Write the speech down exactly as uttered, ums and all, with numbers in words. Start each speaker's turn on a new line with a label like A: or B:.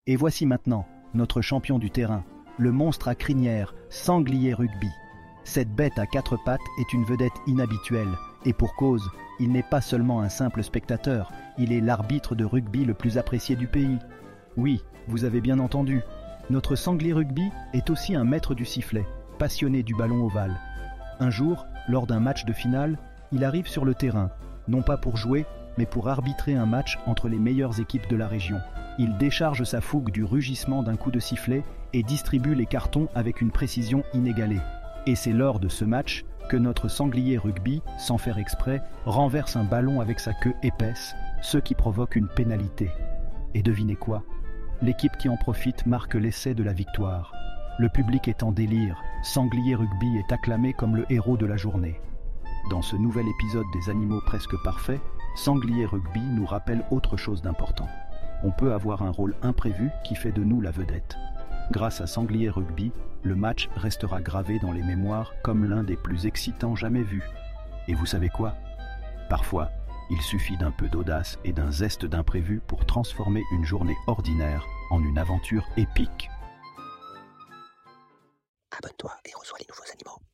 A: Et voici maintenant notre champion du terrain, le monstre à crinière, Sanglier Rugby. Cette bête à quatre pattes est une vedette inhabituelle, et pour cause, il n'est pas seulement un simple spectateur, il est l'arbitre de rugby le plus apprécié du pays. Oui, vous avez bien entendu, notre Sanglier Rugby est aussi un maître du sifflet, passionné du ballon ovale. Un jour, lors d'un match de finale, il arrive sur le terrain, non pas pour jouer, mais pour arbitrer un match entre les meilleures équipes de la région. Il décharge sa fougue du rugissement d'un coup de sifflet et distribue les cartons avec une précision inégalée. Et c'est lors de ce match que notre Sanglier Rugby, sans faire exprès, renverse un ballon avec sa queue épaisse, ce qui provoque une pénalité. Et devinez quoi? L'équipe qui en profite marque l'essai de la victoire. Le public est en délire, Sanglier Rugby est acclamé comme le héros de la journée. Dans ce nouvel épisode des Animaux presque parfaits, Sanglier Rugby nous rappelle autre chose d'important. On peut avoir un rôle imprévu qui fait de nous la vedette. Grâce à Sanglier Rugby, le match restera gravé dans les mémoires comme l'un des plus excitants jamais vus. Et vous savez quoi? Parfois, il suffit d'un peu d'audace et d'un zeste d'imprévu pour transformer une journée ordinaire en une aventure épique.